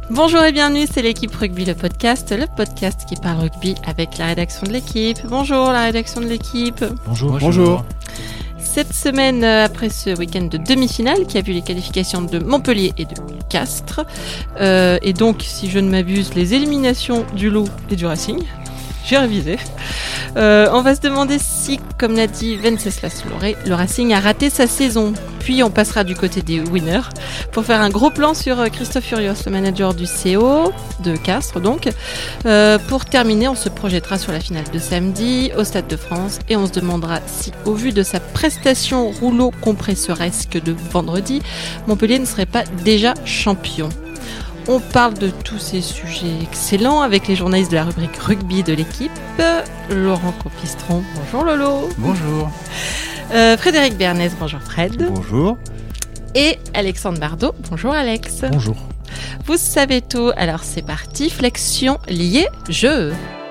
Bonjour et bienvenue, c'est l'équipe rugby, le podcast qui parle rugby avec la rédaction de l'équipe. Bonjour la rédaction de l'équipe. Bonjour. Cette semaine, après ce week-end de demi-finale qui a vu les qualifications de Montpellier et de Castres, et donc, si je ne m'abuse, les éliminations du Loup et du Racing, j'ai révisé. On va se demander si, comme l'a dit Venceslas-Loré, le Racing a raté sa saison. Puis on passera du côté des winners pour faire un gros plan sur Christophe Furios, le manager du CO, de Castres donc. Pour terminer, on se projettera sur la finale de samedi au Stade de France et on se demandera si, au vu de sa prestation rouleau compressoresque de vendredi, Montpellier ne serait pas déjà champion. On parle de tous ces sujets excellents avec les journalistes de la rubrique rugby de l'équipe. Laurent Compistron, bonjour Lolo. Bonjour. Frédéric Bernès, bonjour Fred. Bonjour. Et Alexandre Bardot, bonjour Alex. Bonjour. Vous savez tout, alors c'est parti, flexion liée jeu.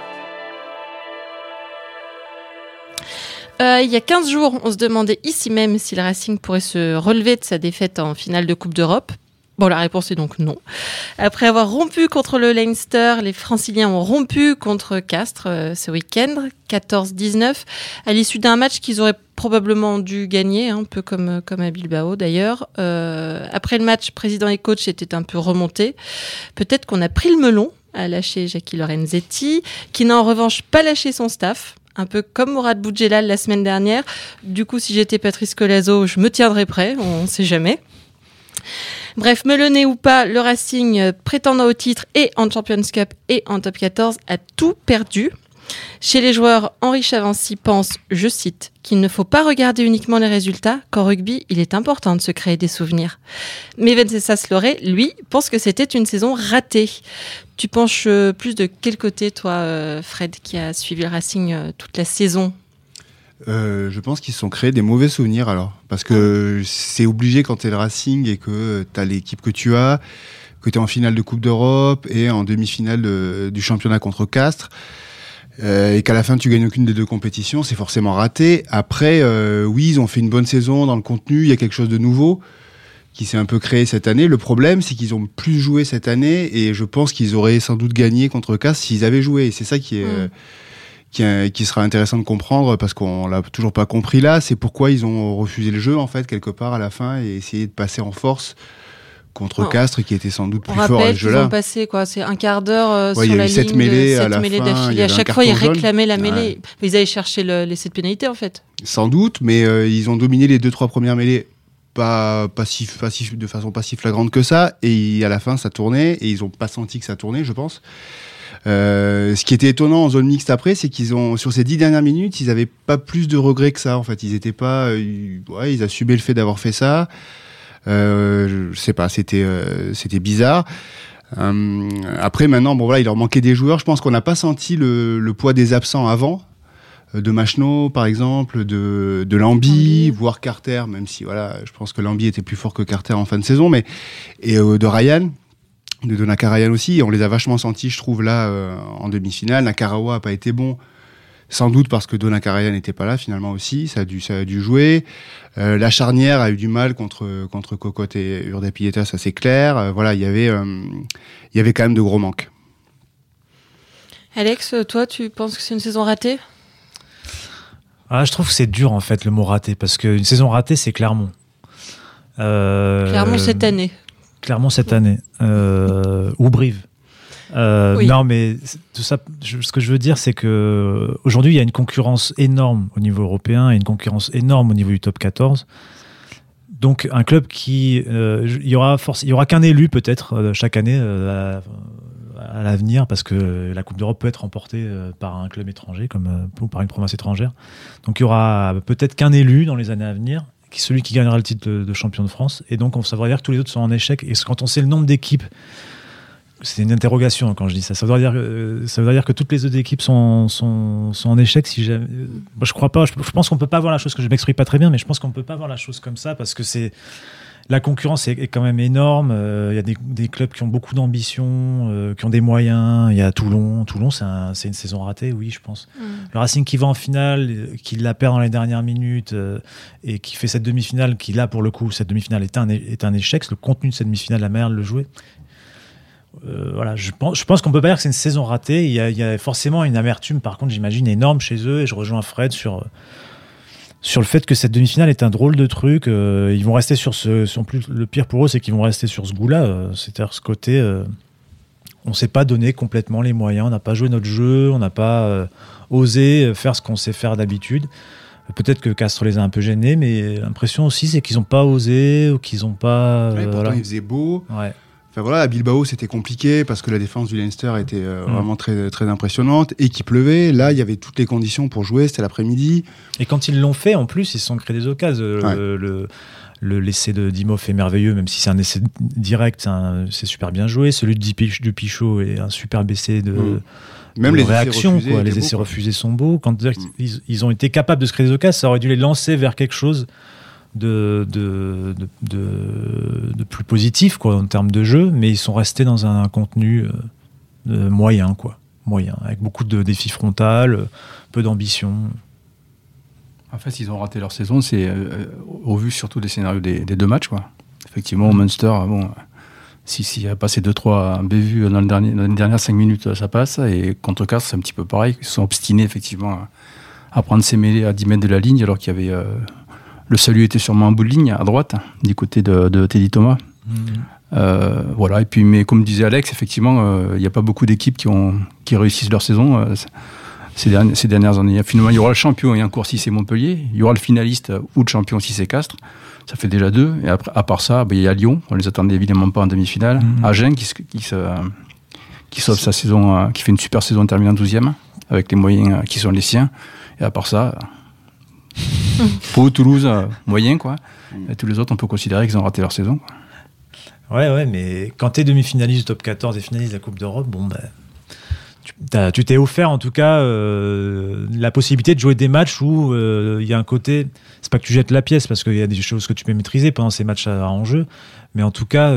Il y a 15 jours, on se demandait ici même si le Racing pourrait se relever de sa défaite en finale de Coupe d'Europe. Bon, la réponse est donc non. Après avoir rompu contre le Leinster, les Franciliens ont rompu contre Castres ce week-end, 14-19, à l'issue d'un match qu'ils auraient probablement dû gagner, un peu comme à Bilbao d'ailleurs. Après le match, président et coach étaient un peu remontés. Peut-être qu'on a pris le melon à lâcher Jackie Lorenzetti, qui n'a en revanche pas lâché son staff. Un peu comme Mourad Boudjelal la semaine dernière. Du coup, si j'étais Patrice Colazo, je me tiendrais prêt, on ne sait jamais. Bref, melonné ou pas, le Racing, prétendant au titre et en Champions Cup et en Top 14, a tout perdu. Chez les joueurs, Henri Chavancy pense, je cite, qu'il ne faut pas regarder uniquement les résultats, qu'en rugby, il est important de se créer des souvenirs. Mais Venceslas-Loré, lui, pense que c'était une saison ratée. Tu penches plus de quel côté, toi, Fred, qui a suivi le Racing toute la saison ? Je pense qu'ils se sont créés des mauvais souvenirs alors. Parce que c'est obligé quand tu es le Racing et que tu as l'équipe que tu as, que tu es en finale de Coupe d'Europe et en demi-finale du championnat contre Castres. Et qu'à la fin tu gagnes aucune des deux compétitions, c'est forcément raté. Après, oui, ils ont fait une bonne saison dans le contenu, il y a quelque chose de nouveau qui s'est un peu créé cette année. Le problème, c'est qu'ils ont plus joué cette année et je pense qu'ils auraient sans doute gagné contre Castres s'ils avaient joué. Et c'est ça qui sera intéressant de comprendre parce qu'on l'a toujours pas compris là, c'est pourquoi ils ont refusé le jeu en fait quelque part à la fin et essayé de passer en force contre Castres qui était sans doute plus fort à ce jeu-là. Ils ont passé quoi, c'est un quart d'heure sur il y a la eu 7 ligne, mêlées à 7 la mêlées fin, d'affilée. À chaque fois, ils réclamaient la mêlée. Ouais. Ils allaient chercher l'essai de pénalité en fait. Sans doute, mais ils ont dominé les 2-3 premières mêlées de façon pas si flagrante que ça et à la fin ça tournait et ils ont pas senti que ça tournait, je pense. Ce qui était étonnant en zone mixte après, c'est qu'ils ont, sur ces 10 dernières minutes, ils avaient pas plus de regrets que ça, en fait. Ils étaient pas, ils assumaient le fait d'avoir fait ça. Je sais pas, c'était bizarre. Après, maintenant, bon voilà, il leur manquait des joueurs. Je pense qu'on n'a pas senti le poids des absents avant. De Machno, par exemple, de Lambi, voire Carter, même si, voilà, je pense que Lambi était plus fort que Carter en fin de saison, et de Ryan. De Nakarayan aussi, et on les a vachement sentis, je trouve, là, en demi-finale. Nakarawa n'a pas été bon, sans doute parce que Donakarayan n'était pas là, finalement, aussi. Ça a dû jouer. La charnière a eu du mal contre Cocotte et Urdapilleta, ça c'est clair. Voilà, il y avait quand même de gros manques. Alex, toi, tu penses que c'est une saison ratée ? Je trouve que c'est dur, en fait, le mot raté, parce qu'une saison ratée, c'est Clermont. Clermont cette année. Clairement cette année, ou Brive. Oui. Non, mais tout ça, ce que je veux dire, c'est que aujourd'hui, il y a une concurrence énorme au niveau européen et une concurrence énorme au niveau du top 14. Donc, un club il y aura qu'un élu peut-être chaque année à l'avenir, parce que la Coupe d'Europe peut être remportée par un club étranger ou par une province étrangère. Donc, il y aura peut-être qu'un élu dans les années à venir. Celui qui gagnera le titre de champion de France. Et donc, ça veut dire que tous les autres sont en échec. Et quand on sait le nombre d'équipes, c'est une interrogation quand je dis ça. Ça veut dire que toutes les autres équipes sont en échec. Si jamais, moi, je crois pas. Je pense qu'on peut pas voir la chose, que je m'exprime pas très bien, mais je pense qu'on peut pas voir la chose comme ça parce que la concurrence est quand même énorme. Il y a des clubs qui ont beaucoup d'ambition, qui ont des moyens. Il y a Toulon. Toulon, c'est une saison ratée, oui, je pense. Le Racing qui va en finale, qui la perd dans les dernières minutes et qui fait cette demi-finale, qui là, pour le coup, cette demi-finale est un échec. Le contenu de cette demi-finale, la manière de le jouer. voilà, je pense qu'on peut pas dire que c'est une saison ratée. Il y a forcément une amertume, par contre, j'imagine, énorme chez eux. Et je rejoins Fred sur le fait que cette demi-finale est un drôle de truc. Ils vont rester sur en plus, le pire pour eux, c'est qu'ils vont rester sur ce goût-là. C'est-à-dire ce côté, on s'est pas donné complètement les moyens. On n'a pas joué notre jeu. On n'a pas osé faire ce qu'on sait faire d'habitude. Peut-être que Castres les a un peu gênés, mais l'impression aussi, c'est qu'ils n'ont pas osé ou qu'ils n'ont pas... pourtant, voilà. il faisait beau. Ouais. Enfin voilà, à Bilbao, c'était compliqué parce que la défense du Leinster était vraiment très, très impressionnante et qu'il pleuvait. Là, il y avait toutes les conditions pour jouer, c'était l'après-midi. Et quand ils l'ont fait, en plus, ils se sont créés des occasions. L'essai de Dimov est merveilleux, même si c'est un essai direct, c'est super bien joué. Celui de Pichot est un superbe essai Même de les réaction. essais refusés, les essais refusés sont beaux. Quand ils ont été capables de se créer des occasions, ça aurait dû les lancer vers quelque chose de plus positif quoi, en termes de jeu, mais ils sont restés dans un contenu moyen, avec beaucoup de défis frontaux, peu d'ambition. En fait, ils ont raté leur saison, c'est au vu surtout des scénarios des deux matchs, quoi. Effectivement, au Munster, s'il y a passé 2-3 bévues dans les dernières 5 minutes, ça passe. Et contre Castres, c'est un petit peu pareil. Ils se sont obstinés, effectivement, à prendre ces mêlées à 10 mètres de la ligne, alors qu'il y avait... le salut était sûrement en bout de ligne, à droite, du côté de Teddy Thomas. Voilà. Et puis, mais comme disait Alex, effectivement, il n'y a pas beaucoup d'équipes qui réussissent leur saison ces dernières années. Finalement, il y aura le champion et encore si c'est Montpellier. Il y aura le finaliste ou le champion si c'est Castres. Ça fait déjà 2. Et après, à part ça, il y a Lyon. On les attendait évidemment pas en demi-finale. Agen qui sauve sa saison, qui fait une super saison en terminant 12e, avec les moyens qui sont les siens. Et à part ça, Pau, Toulouse, moyen, quoi. Et tous les autres, on peut considérer qu'ils ont raté leur saison, quoi. Ouais, mais quand t'es demi-finaliste du top 14 et finaliste de la Coupe d'Europe, tu t'es offert en tout cas la possibilité de jouer des matchs où il y a un côté, c'est pas que tu jettes la pièce parce qu'il y a des choses que tu peux maîtriser pendant ces matchs à enjeu, mais en tout cas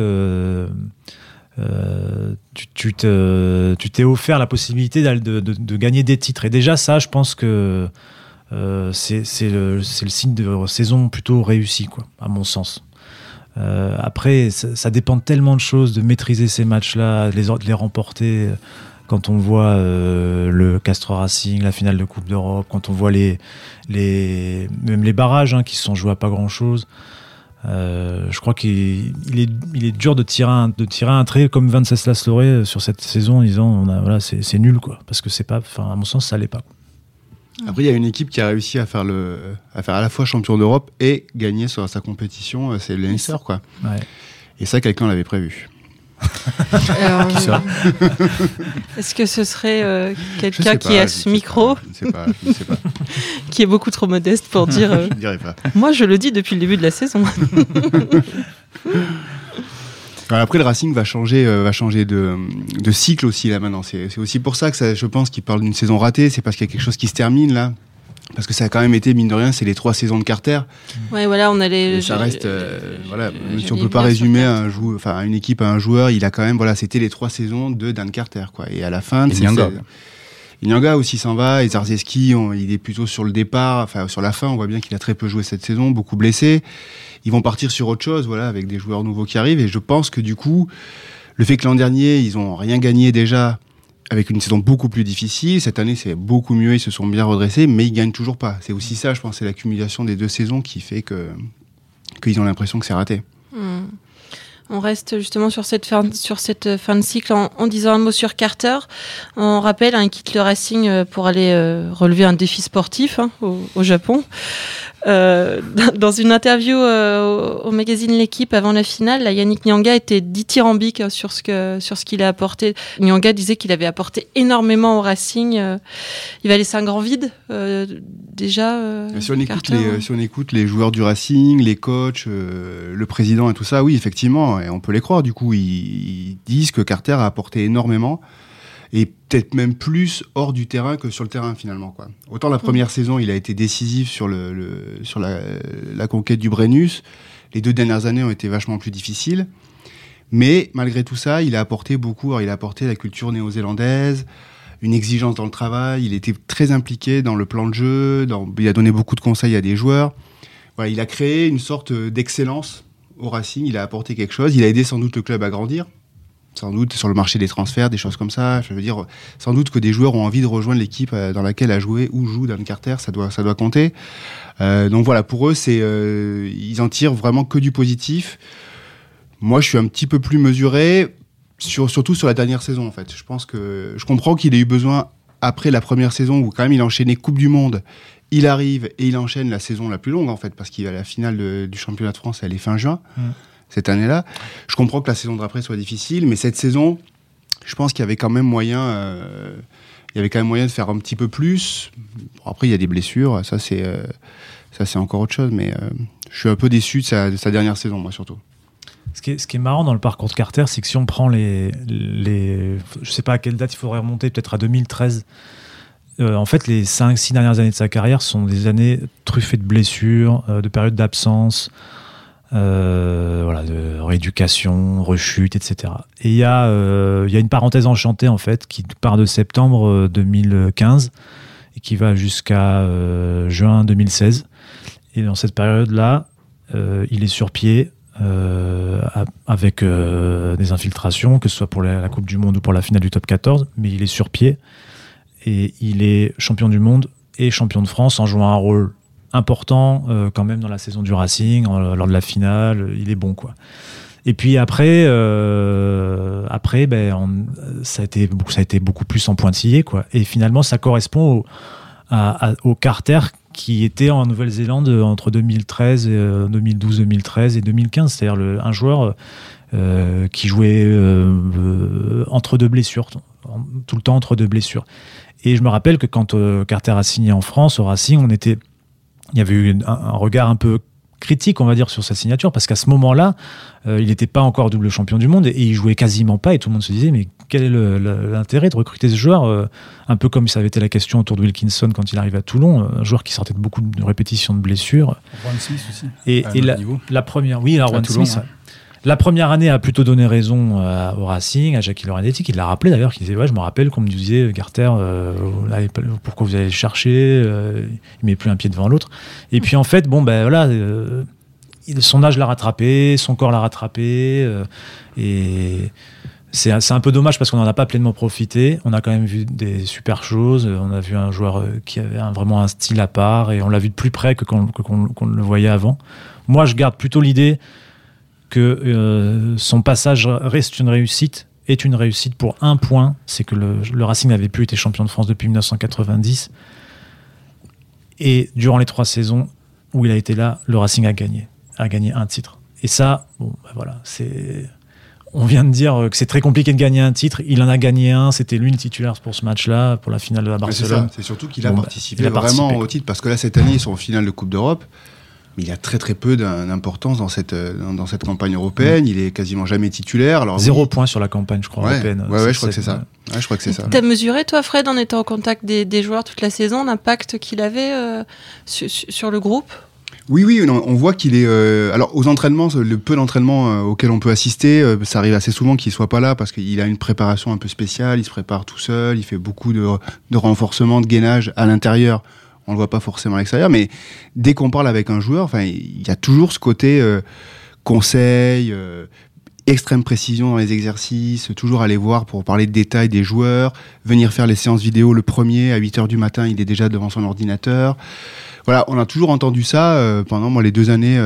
tu t'es offert la possibilité de gagner des titres, et déjà ça, je pense que c'est le signe de saison plutôt réussie, quoi, à mon sens. Après, ça dépend de tellement de choses, de maîtriser ces matchs-là, de les remporter. Quand on voit le Castres Racing, la finale de Coupe d'Europe, quand on voit même les barrages qui se sont joués à pas grand-chose, je crois qu'il est dur de tirer un trait comme Venceslas-Loré sur cette saison en disant c'est nul, quoi, parce que c'est pas, à mon sens, ça l'est pas. Après, il y a une équipe qui a réussi à faire à la fois champion d'Europe et gagner sur sa compétition, c'est le Leinster, quoi. Ouais. Et ça, quelqu'un l'avait prévu. Qui ça ? Est-ce que ce serait quelqu'un qui a ce micro ? Je ne sais pas. Qui est beaucoup trop modeste pour dire... Je ne dirais pas. Moi, je le dis depuis le début de la saison. Alors après, le Racing va changer de cycle aussi là maintenant. C'est aussi pour ça que je pense qu'il parle d'une saison ratée. C'est parce qu'il y a quelque chose qui se termine là. Parce que ça a quand même été, mine de rien, c'est les 3 saisons de Carter. Ouais, voilà, on allait. Ça reste, même si on peut pas résumer une équipe à un joueur, il a quand même, c'était les 3 saisons de Dan Carter, quoi. Et à la fin, Inyanga aussi s'en va, et Zarzeski, il est plutôt sur le départ, sur la fin, on voit bien qu'il a très peu joué cette saison, beaucoup blessé. Ils vont partir sur autre chose, avec des joueurs nouveaux qui arrivent, et je pense que du coup, le fait que l'an dernier, ils ont rien gagné déjà, avec une saison beaucoup plus difficile, cette année c'est beaucoup mieux, ils se sont bien redressés, mais ils gagnent toujours pas. C'est aussi ça, je pense, c'est l'accumulation des 2 saisons qui fait qu'ils ont l'impression que c'est raté. On reste justement sur cette fin de cycle en disant un mot sur Carter. On rappelle, il quitte le Racing pour aller relever un défi sportif au Japon. Dans une interview au magazine L'Équipe avant la finale, Yannick Nyanga était dithyrambique sur ce qu'il a apporté. Nyanga disait qu'il avait apporté énormément au Racing. Il va laisser un grand vide déjà. Si on écoute les joueurs du Racing, les coachs, le président et tout ça, oui, effectivement, et on peut les croire. Du coup, ils disent que Carter a apporté énormément. Et peut-être même plus hors du terrain que sur le terrain, finalement, quoi. Autant la première saison, il a été décisif sur la conquête du Brennus. Les 2 dernières années ont été vachement plus difficiles. Mais malgré tout ça, il a apporté beaucoup. Alors, il a apporté la culture néo-zélandaise, une exigence dans le travail. Il était très impliqué dans le plan de jeu. Il a donné beaucoup de conseils à des joueurs. Voilà, il a créé une sorte d'excellence au Racing. Il a apporté quelque chose. Il a aidé sans doute le club à grandir. sans doute sur le marché des transferts, des choses comme ça. Je veux dire, sans doute que des joueurs ont envie de rejoindre l'équipe dans laquelle a joué ou joue Dan Carter, ça doit compter. Donc voilà, pour eux, ils en tirent vraiment que du positif. Moi, je suis un petit peu plus mesuré, surtout sur la dernière saison, en fait. Je comprends qu'il ait eu besoin, après la première saison, où quand même il a enchaîné Coupe du Monde, il arrive et il enchaîne la saison la plus longue, en fait, parce qu'il a la finale du championnat de France, elle est fin juin, cette année-là. Je comprends que la saison d'après soit difficile, mais cette saison, je pense qu'il y avait quand même moyen... de faire un petit peu plus. Bon, après, il y a des blessures, ça c'est encore autre chose, mais je suis un peu déçu de sa dernière saison, moi, surtout. Ce qui est marrant dans le parcours de Carter, c'est que si on prend je sais pas à quelle date il faudrait remonter, peut-être à 2013, en fait, les 5-6 dernières années de sa carrière sont des années truffées de blessures, de périodes d'absence, de rééducation, rechute, etc. Et il y a une parenthèse enchantée, en fait, qui part de septembre 2015 et qui va jusqu'à juin 2016. Et dans cette période-là, il est sur pied, avec des infiltrations, que ce soit pour la Coupe du Monde ou pour la finale du Top 14, mais il est sur pied et il est champion du monde et champion de France en jouant un rôle important quand même dans la saison du Racing, lors de la finale, il est bon, quoi. Et puis après, ça a été beaucoup plus en pointillé, quoi. Et finalement, ça correspond au Carter qui était en Nouvelle-Zélande entre 2013, 2012, 2013 et 2015. C'est-à-dire un joueur qui jouait entre deux blessures, tout le temps entre deux blessures. Et je me rappelle que quand Carter a signé en France, au Racing, il y avait eu un regard un peu critique, on va dire, sur sa signature, parce qu'à ce moment-là, il n'était pas encore double champion du monde et il jouait quasiment pas, et tout le monde se disait, mais quel est l'intérêt de recruter ce joueur, un peu comme ça avait été la question autour de Wilkinson quand il arrive à Toulon, un joueur qui sortait de beaucoup de répétitions de blessures. Juan Smith aussi. Et la première, oui, alors Juan Smith, la première année a plutôt donné raison au Racing, à Jackie Lorenzetti, qui l'a rappelé d'ailleurs, qui disait, ouais, je me rappelle qu'on me disait, Carter, pourquoi vous allez le chercher, il met plus un pied devant l'autre. Et puis en fait, son âge l'a rattrapé, son corps l'a rattrapé, et c'est un peu dommage parce qu'on n'en a pas pleinement profité. On a quand même vu des super choses, on a vu un joueur qui avait vraiment un style à part, et on l'a vu de plus près qu'on le voyait avant. Moi, je garde plutôt l'idée que son passage est une réussite pour un point, c'est que le Racing n'avait plus été champion de France depuis 1990, et durant les 3 saisons où il a été là, le Racing a gagné un titre. Et ça, on vient de dire que c'est très compliqué de gagner un titre, il en a gagné un, c'était lui le titulaire pour ce match-là, pour la finale de la Barcelone. C'est surtout qu'il a participé vraiment au titre, parce que là, cette année, ils sont en finale de Coupe d'Europe. Mais il a très très peu d'importance dans cette campagne européenne. Il est quasiment jamais titulaire. Alors, 0 point sur la campagne, je crois, européenne. Ouais, je crois que c'est ça. Ouais, je crois que c'est ça. T'as mesuré, toi, Fred, en étant en contact des joueurs toute la saison, l'impact qu'il avait sur le groupe ? Oui, on voit qu'il est... alors, aux entraînements, le peu d'entraînements auxquels on peut assister, ça arrive assez souvent qu'il soit pas là parce qu'il a une préparation un peu spéciale, il se prépare tout seul, il fait beaucoup de renforcement, de gainage à l'intérieur. On le voit pas forcément à l'extérieur, mais dès qu'on parle avec un joueur, il y a toujours ce côté conseil, extrême précision dans les exercices, toujours aller voir pour parler de détails des joueurs, venir faire les séances vidéo le premier, à 8h du matin, il est déjà devant son ordinateur. Voilà, on a toujours entendu ça pendant les 2 années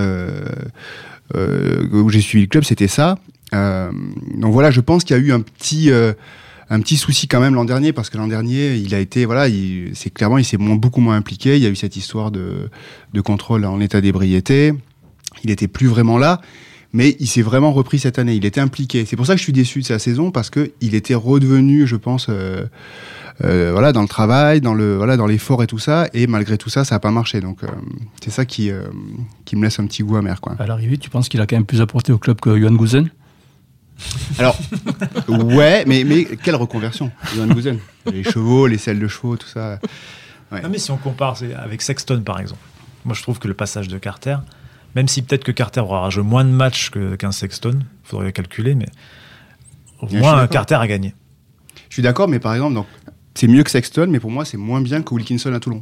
où j'ai suivi le club, c'était ça. Donc voilà, je pense qu'il y a eu un petit souci quand même l'an dernier, parce que l'an dernier, il a été, il s'est beaucoup moins impliqué. Il y a eu cette histoire de contrôle en état d'ébriété. Il était plus vraiment là, mais il s'est vraiment repris cette année. Il était impliqué. C'est pour ça que je suis déçu de sa saison, parce que il était redevenu, je pense, dans le travail, dans l'effort et tout ça. Et malgré tout ça, ça n'a pas marché. Donc c'est ça qui me laisse un petit goût amer, quoi. À l'arrivée, tu penses qu'il a quand même plus apporté au club que Johan Goosen ? Alors, ouais, mais quelle reconversion, Johan Goosen. Les chevaux, les selles de chevaux, tout ça. Ouais. Non, mais si on compare avec Sexton, par exemple, moi je trouve que le passage de Carter, même si peut-être que Carter aura joué moins de matchs qu'un Sexton, il faudrait calculer, mais au moins Carter a gagné. Je suis d'accord, mais par exemple, c'est mieux que Sexton, mais pour moi c'est moins bien que Wilkinson à Toulon.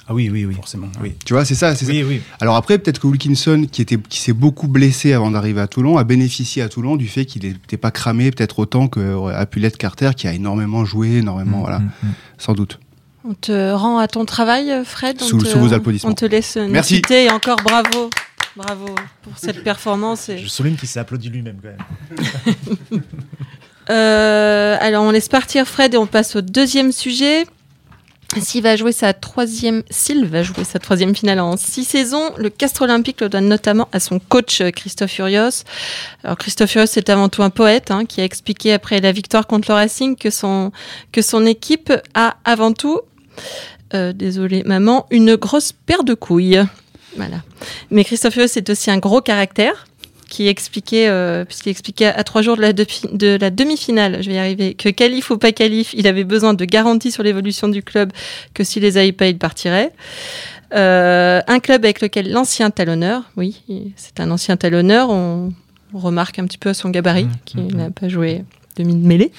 Ah oui. Forcément. Oui. Tu vois, c'est ça. Oui. Alors après, peut-être que Wilkinson, qui s'est beaucoup blessé avant d'arriver à Toulon, a bénéficié à Toulon du fait qu'il n'était pas cramé peut-être autant qu'a pu l'être Carter, qui a énormément joué, sans doute. On te rend à ton travail, Fred. Sous vos applaudissements. On te laisse nous Merci. citer et encore bravo pour cette performance. Je souligne qu'il s'est applaudi lui-même quand même. Alors on laisse partir Fred et on passe au deuxième sujet. S'il va jouer sa troisième finale en 6 saisons, le Castres Olympique le doit notamment à son coach Christophe Furios. Alors Christophe Furios est avant tout un poète qui a expliqué après la victoire contre le Racing que son équipe a avant tout, désolé maman, une grosse paire de couilles. Voilà. Mais Christophe Furios est aussi un gros caractère. Puisqu'il expliquait à 3 jours de la demi-finale, je vais y arriver, que qualif ou pas qualif, il avait besoin de garanties sur l'évolution du club, que s'il les avait pas, il partirait. Un club avec lequel l'ancien talonneur, oui, c'est un ancien talonneur, on remarque un petit peu à son gabarit, qu'il n'a pas joué demi-mêlée.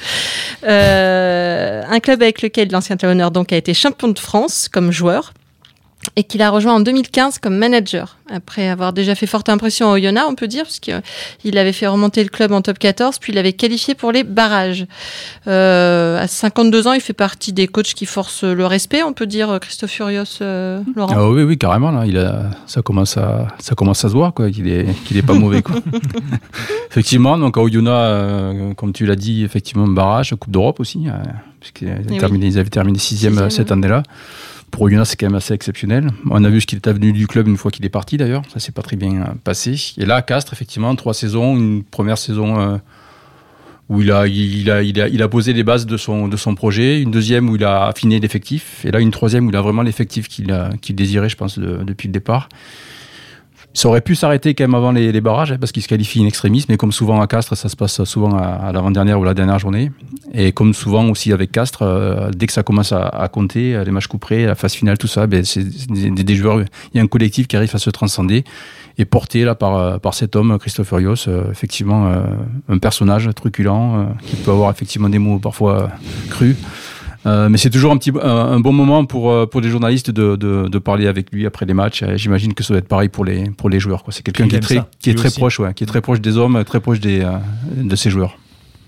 Un club avec lequel l'ancien talonneur donc, a été champion de France comme joueur, et qu'il a rejoint en 2015 comme manager, après avoir déjà fait forte impression au Oyonnax, on peut dire, puisqu'il avait fait remonter le club en top 14, puis il l'avait qualifié pour les barrages. À 52 ans, il fait partie des coachs qui forcent le respect, on peut dire, Christophe Furios, Laurent. Ah oui, carrément. Là, ça commence à se voir, quoi, qu'il est pas mauvais, quoi. Effectivement, donc à Oyonnax, comme tu l'as dit, effectivement, barrage, Coupe d'Europe aussi, puisqu'ils avaient terminé 6e cette année-là. Pour Oyonnax, c'est quand même assez exceptionnel. On a vu ce qu'il est devenu du club une fois qu'il est parti, d'ailleurs. Ça s'est pas très bien passé. Et là, à Castres, effectivement, 3 saisons. Une première saison où il a posé les bases de son projet. Une deuxième où il a affiné l'effectif. Et là, une troisième où il a vraiment l'effectif qu'il désirait, je pense, depuis le départ. Ça aurait pu s'arrêter quand même avant les barrages, parce qu'il se qualifie in extremis, mais comme souvent à Castres, ça se passe souvent à l'avant-dernière ou la dernière journée. Et comme souvent aussi avec Castres, dès que ça commence à compter, les matchs couperés, la phase finale, tout ça, c'est des joueurs, il y a un collectif qui arrive à se transcender et porté là par cet homme, Christophe Furios, effectivement un personnage truculent, qui peut avoir effectivement des mots parfois crus. Mais c'est toujours un bon moment pour les journalistes de parler avec lui après les matchs. J'imagine que ça doit être pareil pour les joueurs, quoi. C'est quelqu'un qui est très proche, qui est très proche des hommes, très proche de ses joueurs.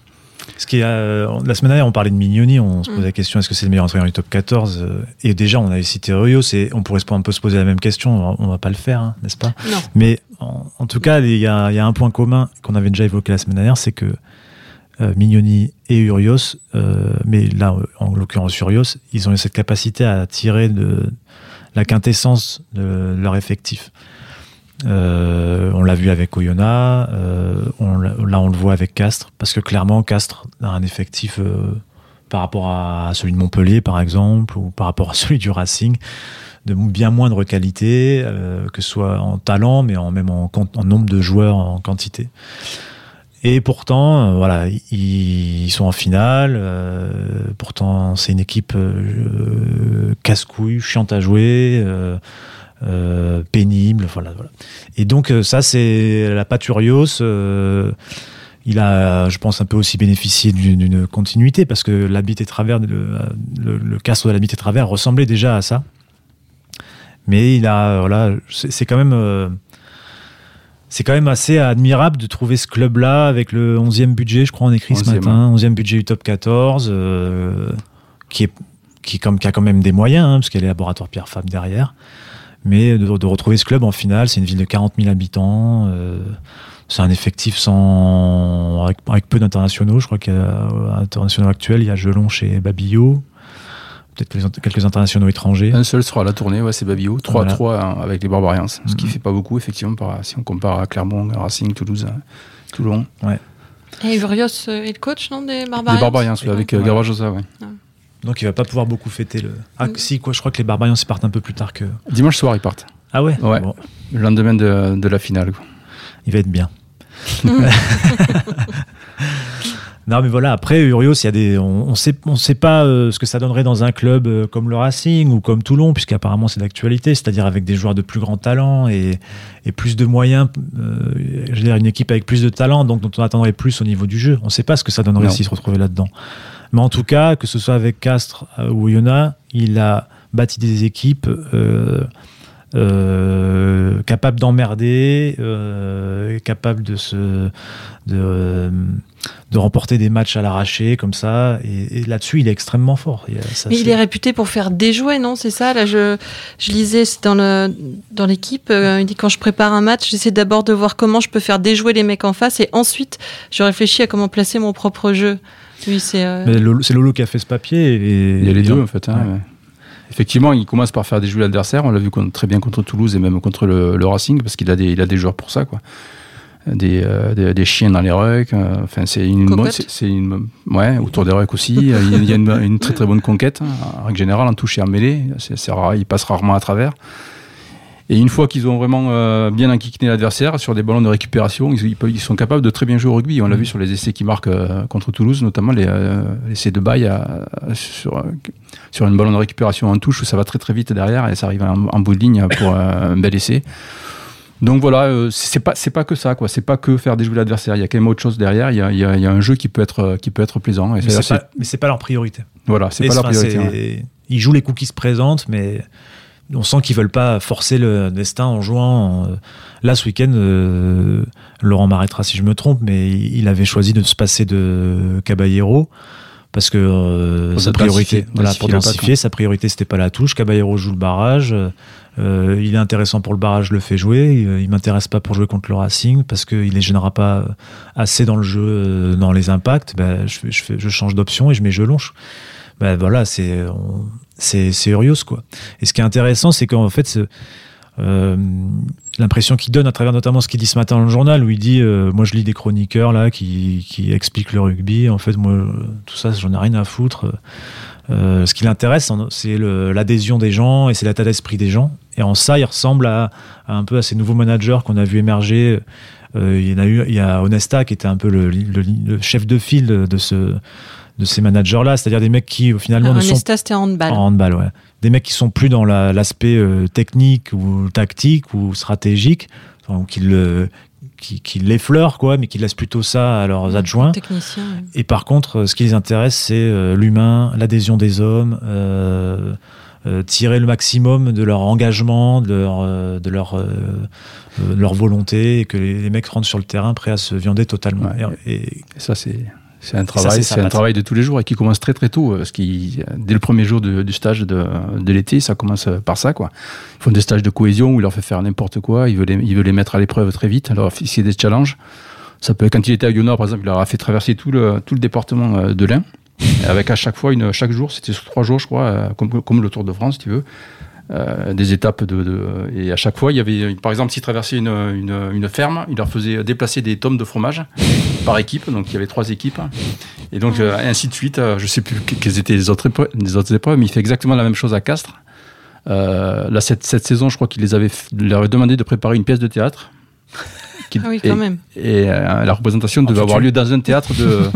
La semaine dernière, on parlait de Mignoni, on se posait la question, est-ce que c'est le meilleur entraîneur du top 14 ? Et déjà, on avait cité Urios, et on pourrait un peu se poser la même question, on va pas le faire, n'est-ce pas ? Non. Mais en tout cas, il y a un point commun qu'on avait déjà évoqué la semaine dernière, c'est que Mignoni et Urios, mais là, en l'occurrence Urios, ils ont cette capacité à tirer de la quintessence de leur effectif. On l'a vu avec Oyonnax, on le voit avec Castres, parce que clairement Castres a un effectif par rapport à celui de Montpellier par exemple, ou par rapport à celui du Racing, de bien moindre qualité, que ce soit en talent, mais même en nombre de joueurs, en quantité. Et pourtant, ils sont en finale. Pourtant, c'est une équipe casse-couille, chiante à jouer, pénible. Voilà. Et donc, ça, c'est la patte Urios. Il a, je pense, un peu aussi bénéficié d'une continuité, parce que l'habit et travers, le Castres de l'habit et travers ressemblait déjà à ça. Mais c'est quand même. C'est quand même assez admirable de trouver ce club-là avec le 11e budget, je crois, on écrit ce matin, 11e budget du top 14, qui a quand même des moyens, parce qu'il y a les laboratoires Pierre Fabre derrière. Mais de retrouver ce club en finale, c'est une ville de 40 000 habitants, c'est un effectif avec peu d'internationaux. Je crois qu'il y a internationaux actuels, il y a Gelon chez Babillot. Peut-être quelques internationaux étrangers. Un seul sera à la tournée, c'est Babillot. 3-3 avec les Barbarians, ce qui ne fait pas beaucoup, effectivement, si on compare à Clermont, Racing, Toulouse, Toulon. Ouais. Et Urios est le coach, non, des Barbarians ? Des Barbarians, avec Garbajosa, ouais. Donc il ne va pas pouvoir beaucoup fêter le... Si, je crois que les Barbarians partent un peu plus tard que... Dimanche soir, ils partent. Ah ouais ? Bon. Le lendemain de la finale, quoi. Il va être bien. Non, mais voilà, après, Urios, on sait pas ce que ça donnerait dans un club comme le Racing ou comme Toulon, puisqu'apparemment c'est d'actualité, c'est-à-dire avec des joueurs de plus grand talent et plus de moyens, je veux dire, une équipe avec plus de talent, donc dont on attendrait plus au niveau du jeu. On ne sait pas ce que ça donnerait s'il se retrouvait là-dedans. Mais en tout cas, que ce soit avec Castres ou Oyonnax, il a bâti des équipes capables d'emmerder, capables de remporter des matchs à l'arraché comme ça, et là-dessus il est extrêmement fort. Il est réputé pour faire déjouer, non? C'est ça, là je lisais dans l'équipe, il dit quand je prépare un match, j'essaie d'abord de voir comment je peux faire déjouer les mecs en face, et ensuite je réfléchis à comment placer mon propre jeu. Lui, c'est Lolo qui a fait ce papier, et il y a les deux en fait, hein, ouais. Effectivement, il commence par faire déjouer l'adversaire. On l'a vu très bien contre Toulouse et même contre le Racing, parce qu'il a des joueurs pour ça, quoi. Des chiens dans les rucks. Enfin, c'est une autour des rucks aussi. Il y a une très très bonne conquête. En règle générale, en touche et en mêlée, c'est rare, il passe rarement à travers. Et une fois qu'ils ont vraiment bien enquiquiné l'adversaire sur des ballons de récupération, ils sont capables de très bien jouer au rugby. On l'a vu sur les essais qu'ils marquent contre Toulouse, notamment l'essai de Baye sur une ballon de récupération en touche où ça va très très vite derrière et ça arrive en bout de ligne pour un bel essai. Donc voilà, c'est pas que ça, quoi. C'est pas que faire déjouer l'adversaire. Il y a quand même autre chose derrière. Il y a un jeu qui peut être plaisant. Et mais c'est pas leur priorité. Voilà, c'est pas leur priorité. Ouais. Ils jouent les coups qui se présentent, mais on sent qu'ils veulent pas forcer le destin en jouant. Là, ce week-end, Laurent m'arrêtera si je me trompe, mais il avait choisi de se passer de Caballero parce que sa priorité, pour densifier, sa priorité c'était pas la touche. Caballero joue le barrage. Il est intéressant pour le barrage, je le fais jouer. Il m'intéresse pas pour jouer contre le Racing parce qu'il les gênera pas assez dans le jeu, dans les impacts. Je change d'option et je mets Jelonche. Voilà, c'est Urios, quoi. Et ce qui est intéressant, c'est qu'en fait, l'impression qu'il donne à travers notamment ce qu'il dit ce matin dans le journal, où il dit moi je lis des chroniqueurs là qui expliquent le rugby, en fait moi tout ça j'en ai rien à foutre. Ce qui l'intéresse, c'est l'adhésion des gens et c'est l'état d'esprit des gens, et en ça il ressemble un peu à ces nouveaux managers qu'on a vu émerger. Il y a Onesta qui était un peu le chef de file de ces managers-là, c'est-à-dire des mecs qui finalement ne sont... Onesta, c'était en handball. En handball, ouais. Des mecs qui sont plus dans l'aspect technique ou tactique ou stratégique, enfin, qui l'effleurent, quoi, mais qui laissent plutôt ça à leurs adjoints. Techniciens. Ouais. Et par contre, ce qui les intéresse, c'est l'humain, l'adhésion des hommes, tirer le maximum de leur engagement, de leur volonté, et que les mecs rentrent sur le terrain prêts à se viander totalement. Ouais. Et ça, c'est un travail de tous les jours et qui commence très très tôt, parce dès le premier jour du stage de l'été, ça commence par ça, quoi. Ils font des stages de cohésion où il leur fait faire n'importe quoi, il veut les mettre à l'épreuve très vite, alors c'est des challenges. Ça peut, quand il était à Lyon-Nord par exemple, il leur a fait traverser tout le département de l'Ain, avec à chaque fois chaque jour, c'était sur 3 jours je crois, comme le Tour de France si tu veux. Des étapes et à chaque fois il y avait, par exemple, s'ils traversaient une ferme, il leur faisait déplacer des tomes de fromage par équipe, donc il y avait 3 équipes et donc ainsi de suite. Je sais plus quelles étaient les autres épreuves, mais il fait exactement la même chose à Castres. Là cette saison je crois qu'il leur avait demandé de préparer une pièce de théâtre. Quand même. Et la représentation devait avoir lieu dans un théâtre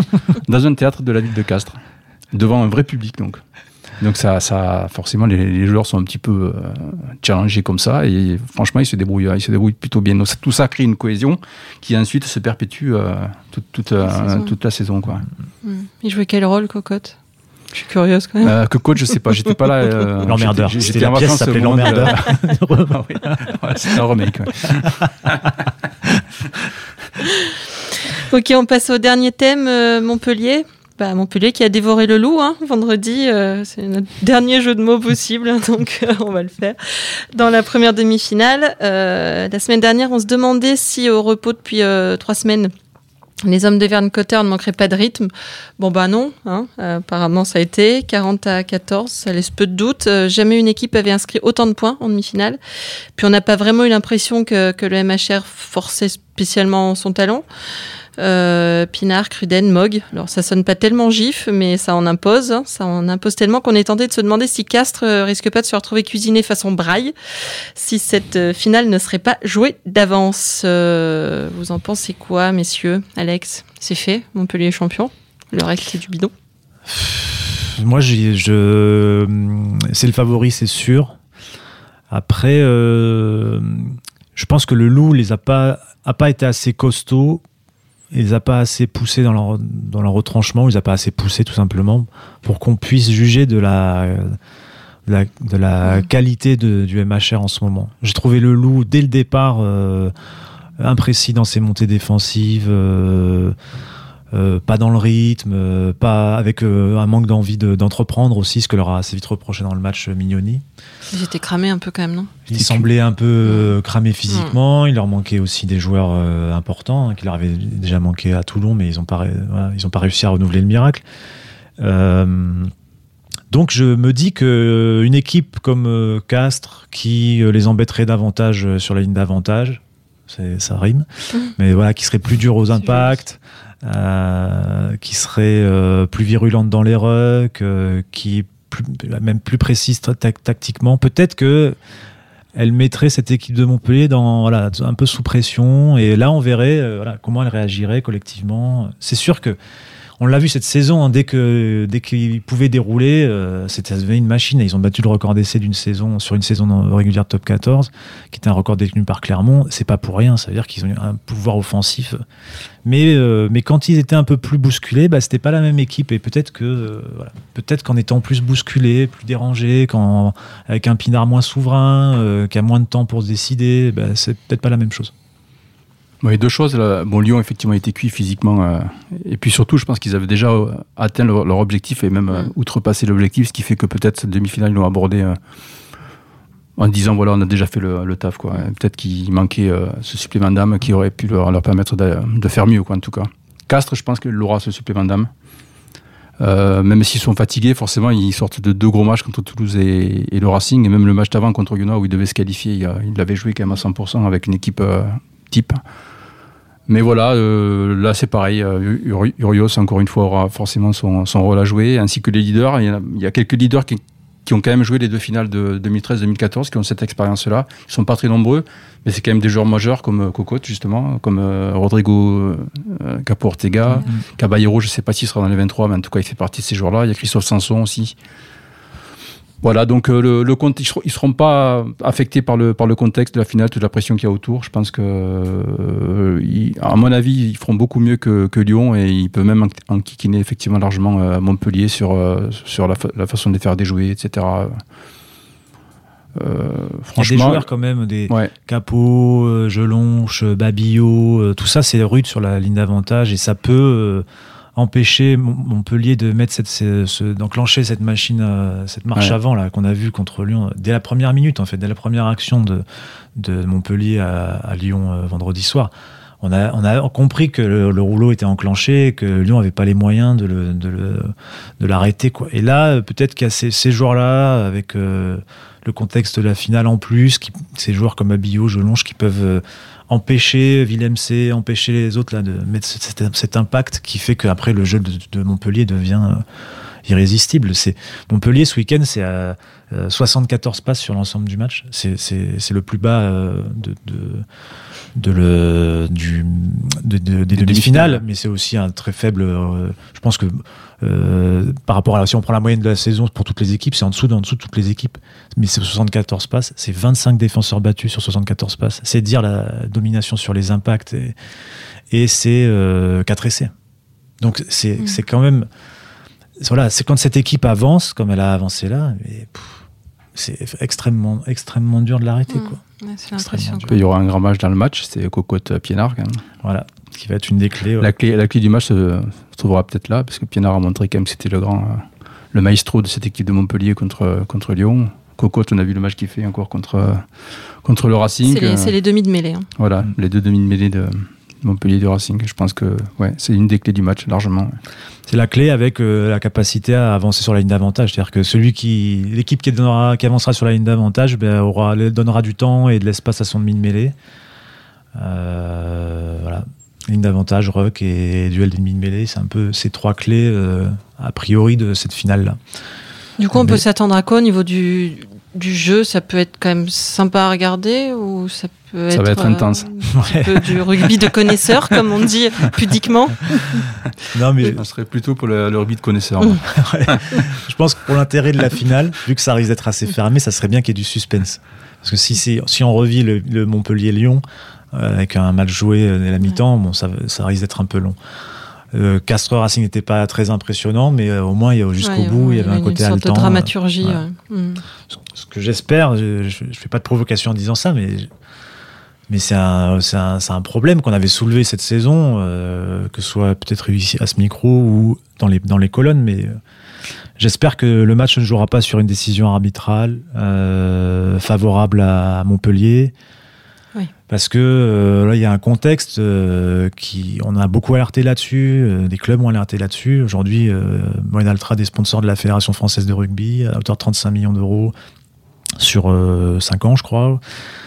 de la ville de Castres, devant un vrai public donc. Donc ça forcément les joueurs sont un petit peu challengés comme ça, et franchement ils se débrouillent plutôt bien. Donc tout ça crée une cohésion qui ensuite se perpétue toute la saison, quoi. Il jouait quel rôle, Cocotte? Je suis curieuse quand même. Cocotte, je sais pas, j'étais pas là. L'emmerdeur. J'étais en la pièce vacances. S'appelait L'emmerdeur. C'était un remake. Ouais. Ok, on passe au dernier thème, Montpellier. Montpellier qui a dévoré le loup vendredi, c'est notre dernier jeu de mots possible, donc on va le faire. Dans la première demi-finale, la semaine dernière, on se demandait si au repos depuis 3 semaines, les hommes de Vern Cotter ne manqueraient pas de rythme. Non, apparemment ça a été 40-14, ça laisse peu de doute. Jamais une équipe avait inscrit autant de points en demi-finale. Puis on n'a pas vraiment eu l'impression que le MHR forçait spécialement son talent. Pinard, Cruden, Mogg. Alors ça sonne pas tellement gif, mais ça en impose. Ça en impose tellement qu'on est tenté de se demander si Castres risque pas de se retrouver cuisiné façon braille, si cette finale ne serait pas jouée d'avance. Vous en pensez quoi, messieurs? Alex, c'est fait, Montpellier est champion. Le reste c'est du bidon. Moi, c'est le favori, c'est sûr. Après, je pense que le Loup a pas été assez costaud. Il les a pas assez poussés dans leur retranchement, il les a pas assez poussés tout simplement pour qu'on puisse juger de la de la qualité du MHR en ce moment. J'ai trouvé le Loup dès le départ imprécis dans ses montées défensives, pas dans le rythme, pas avec un manque d'envie d'entreprendre aussi, ce que leur a assez vite reproché dans le match Mignoni. Ils étaient cramés un peu quand même, non ? Ils semblaient un peu cramés physiquement. Il leur manquait aussi des joueurs importants qui leur avaient déjà manqué à Toulon, mais ils n'ont pas réussi à renouveler le miracle. Donc je me dis qu'une équipe comme Castres qui les embêterait davantage sur la ligne d'avantage, ça rime, mais voilà, qui serait plus dur aux impacts, qui serait plus virulente dans les rucks, qui est même plus précise tactiquement, peut-être que elle mettrait cette équipe de Montpellier un peu sous pression, et là on verrait comment elle réagirait collectivement. C'est sûr que on l'a vu cette saison, dès qu'ils pouvaient dérouler, ça devenait une machine. Et ils ont battu le record d'essai sur une saison régulière de top 14, qui était un record détenu par Clermont. C'est pas pour rien, ça veut dire qu'ils ont eu un pouvoir offensif. Mais quand ils étaient un peu plus bousculés, c'était pas la même équipe. Et peut-être qu'en étant plus bousculés, plus dérangés, avec un Pinard moins souverain, qui a moins de temps pour se décider, c'est peut-être pas la même chose. Oui, deux choses. Là. Bon, Lyon, effectivement, a été cuit physiquement. Et puis surtout, je pense qu'ils avaient déjà atteint leur objectif et même outrepassé l'objectif, ce qui fait que peut-être cette demi-finale, ils l'ont abordé en disant, voilà, on a déjà fait le taf. Quoi. Peut-être qu'il manquait ce supplément d'âme qui aurait pu leur permettre de faire mieux, quoi, en tout cas. Castres, je pense qu'il aura ce supplément d'âme. Même s'ils sont fatigués, forcément, ils sortent de 2 gros matchs contre Toulouse et le Racing. Et même le match d'avant contre Yona, où ils devaient se qualifier, ils l'avaient joué quand même à 100% avec une équipe type. Mais voilà, là c'est pareil, Urios encore une fois aura forcément son rôle à jouer, ainsi que les leaders. Il y a quelques leaders qui ont quand même joué les 2 finales de 2013-2014, qui ont cette expérience-là. Ils ne sont pas très nombreux, mais c'est quand même des joueurs majeurs comme Cocotte justement, comme Rodrigo Capo Ortega, Caballero, je ne sais pas s'il sera dans les 23, mais en tout cas il fait partie de ces joueurs-là. Il y a Christophe Sanson aussi. Voilà, donc ils ne seront pas affectés par le contexte de la finale, toute la pression qu'il y a autour. Je pense que, à mon avis, ils feront beaucoup mieux que Lyon, et ils peuvent même enquiquiner effectivement largement Montpellier sur la façon de les faire déjouer, etc. Franchement, il y a des joueurs quand même, des Capot, Jelonche, Babillot, tout ça c'est rude sur la ligne d'avantage, et ça peut empêcher Montpellier de mettre d'enclencher cette machine, cette marche avant là qu'on a vue contre Lyon dès la première minute, en fait, dès la première action de Montpellier à Lyon vendredi soir. On a compris que le rouleau était enclenché, que Lyon n'avait pas les moyens de l'arrêter, quoi. Et là, peut-être qu'il y a ces joueurs-là, avec le contexte de la finale en plus, ces joueurs comme Abillot, Jelonche, qui peuvent empêcher Willem C, empêcher les autres là, de mettre cet impact qui fait qu'après le jeu de Montpellier devient irrésistible. Montpellier ce week-end, c'est à 74 passes sur l'ensemble du match. C'est le plus bas des demi-finales, mais c'est aussi un très faible. Je pense que par rapport à si on prend la moyenne de la saison pour toutes les équipes, c'est en dessous de toutes les équipes. Mais c'est 74 passes, c'est 25 défenseurs battus sur 74 passes. C'est dire la domination sur les impacts, et c'est 4 essais. Donc c'est quand même. Voilà, c'est quand cette équipe avance comme elle a avancé là, c'est extrêmement dur de l'arrêter, quoi. Ouais, c'est l'impression. Il y aura un grand match dans le match, c'est Cocotte-Piénard quand même. Voilà, qui va être une des clés. Ouais. La clé du match se trouvera peut-être là, parce que Piénard a montré quand même que c'était le maestro de cette équipe de Montpellier contre Lyon. Cocotte, on a vu le match qu'il fait encore contre le Racing. C'est les demi de mêlée. Voilà, les 2 demi de mêlée de Montpellier du Racing. Je pense que c'est une des clés du match, largement. C'est la clé, avec la capacité à avancer sur la ligne d'avantage. C'est-à-dire que l'équipe qui avancera sur la ligne d'avantage donnera du temps et de l'espace à son demi de mêlée. Voilà. Ligne d'avantage, ruck et duel de demi de mêlée, c'est un peu ces 3 clés a priori de cette finale-là. Du coup, on peut s'attendre à quoi au niveau du jeu? Ça peut être quand même sympa à regarder, ou ça va être intense. Un peu du rugby de connaisseurs, comme on dit pudiquement. Non, mais ça serait plutôt pour le rugby de connaisseurs. Ouais. Je pense que pour l'intérêt de la finale, vu que ça risque d'être assez fermé, ça serait bien qu'il y ait du suspense. Parce que si on revit le Montpellier-Lyon avec un match joué à la mi-temps, ça risque d'être un peu long. Castres Racing n'était pas très impressionnant, mais au moins jusqu'au bout, il y avait un côté haletant. Une sorte de dramaturgie. Ce que j'espère, je fais pas de provocation en disant ça, mais c'est un problème qu'on avait soulevé cette saison, que ce soit peut-être ici à ce micro ou dans les colonnes, mais j'espère que le match ne jouera pas sur une décision arbitrale favorable à Montpellier. Oui. Parce que là, il y a un contexte on a beaucoup alerté là-dessus, des clubs ont alerté là-dessus. Aujourd'hui, Moyen Altrad est sponsor de la Fédération française de rugby à hauteur de 35 millions d'euros sur 5 ans, je crois.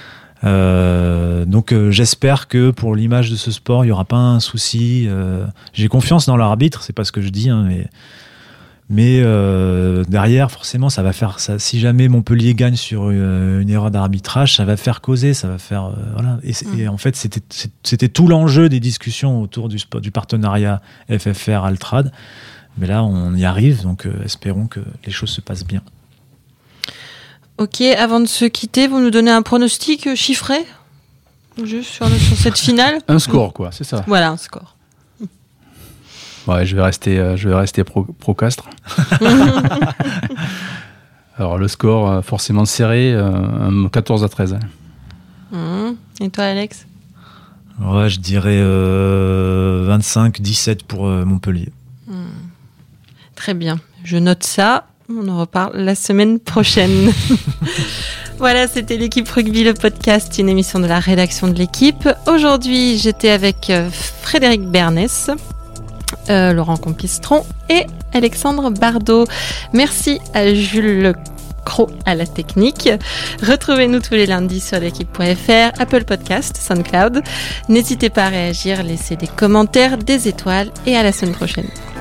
Donc j'espère que pour l'image de ce sport, il n'y aura pas un souci. J'ai confiance dans l'arbitre, c'est pas ce que je dis, hein, mais derrière, forcément, ça va faire ça. Si jamais Montpellier gagne sur une erreur d'arbitrage, ça va faire causer, ça va faire voilà. Et en fait, c'était tout l'enjeu des discussions autour du partenariat FFR-Altrad. Mais là, on y arrive, donc espérons que les choses se passent bien. Ok, avant de se quitter, vous nous donnez un pronostic chiffré juste sur cette finale. Un score, quoi, c'est ça. Voilà, un score. Ouais, je vais rester pro Castres. Alors le score forcément serré, 14-13. Et toi, Alex? Ouais, je dirais 25-17 pour Montpellier. Très bien, je note ça. On en reparle la semaine prochaine. Voilà, c'était l'Équipe Rugby, le podcast, une émission de la rédaction de l'Équipe. Aujourd'hui, j'étais avec Frédéric Bernès, Laurent Compistron et Alexandre Bardot. Merci à Jules Cros à la technique. Retrouvez-nous tous les lundis sur l'équipe.fr, Apple Podcast, SoundCloud. N'hésitez pas à réagir, laisser des commentaires, des étoiles et à la semaine prochaine.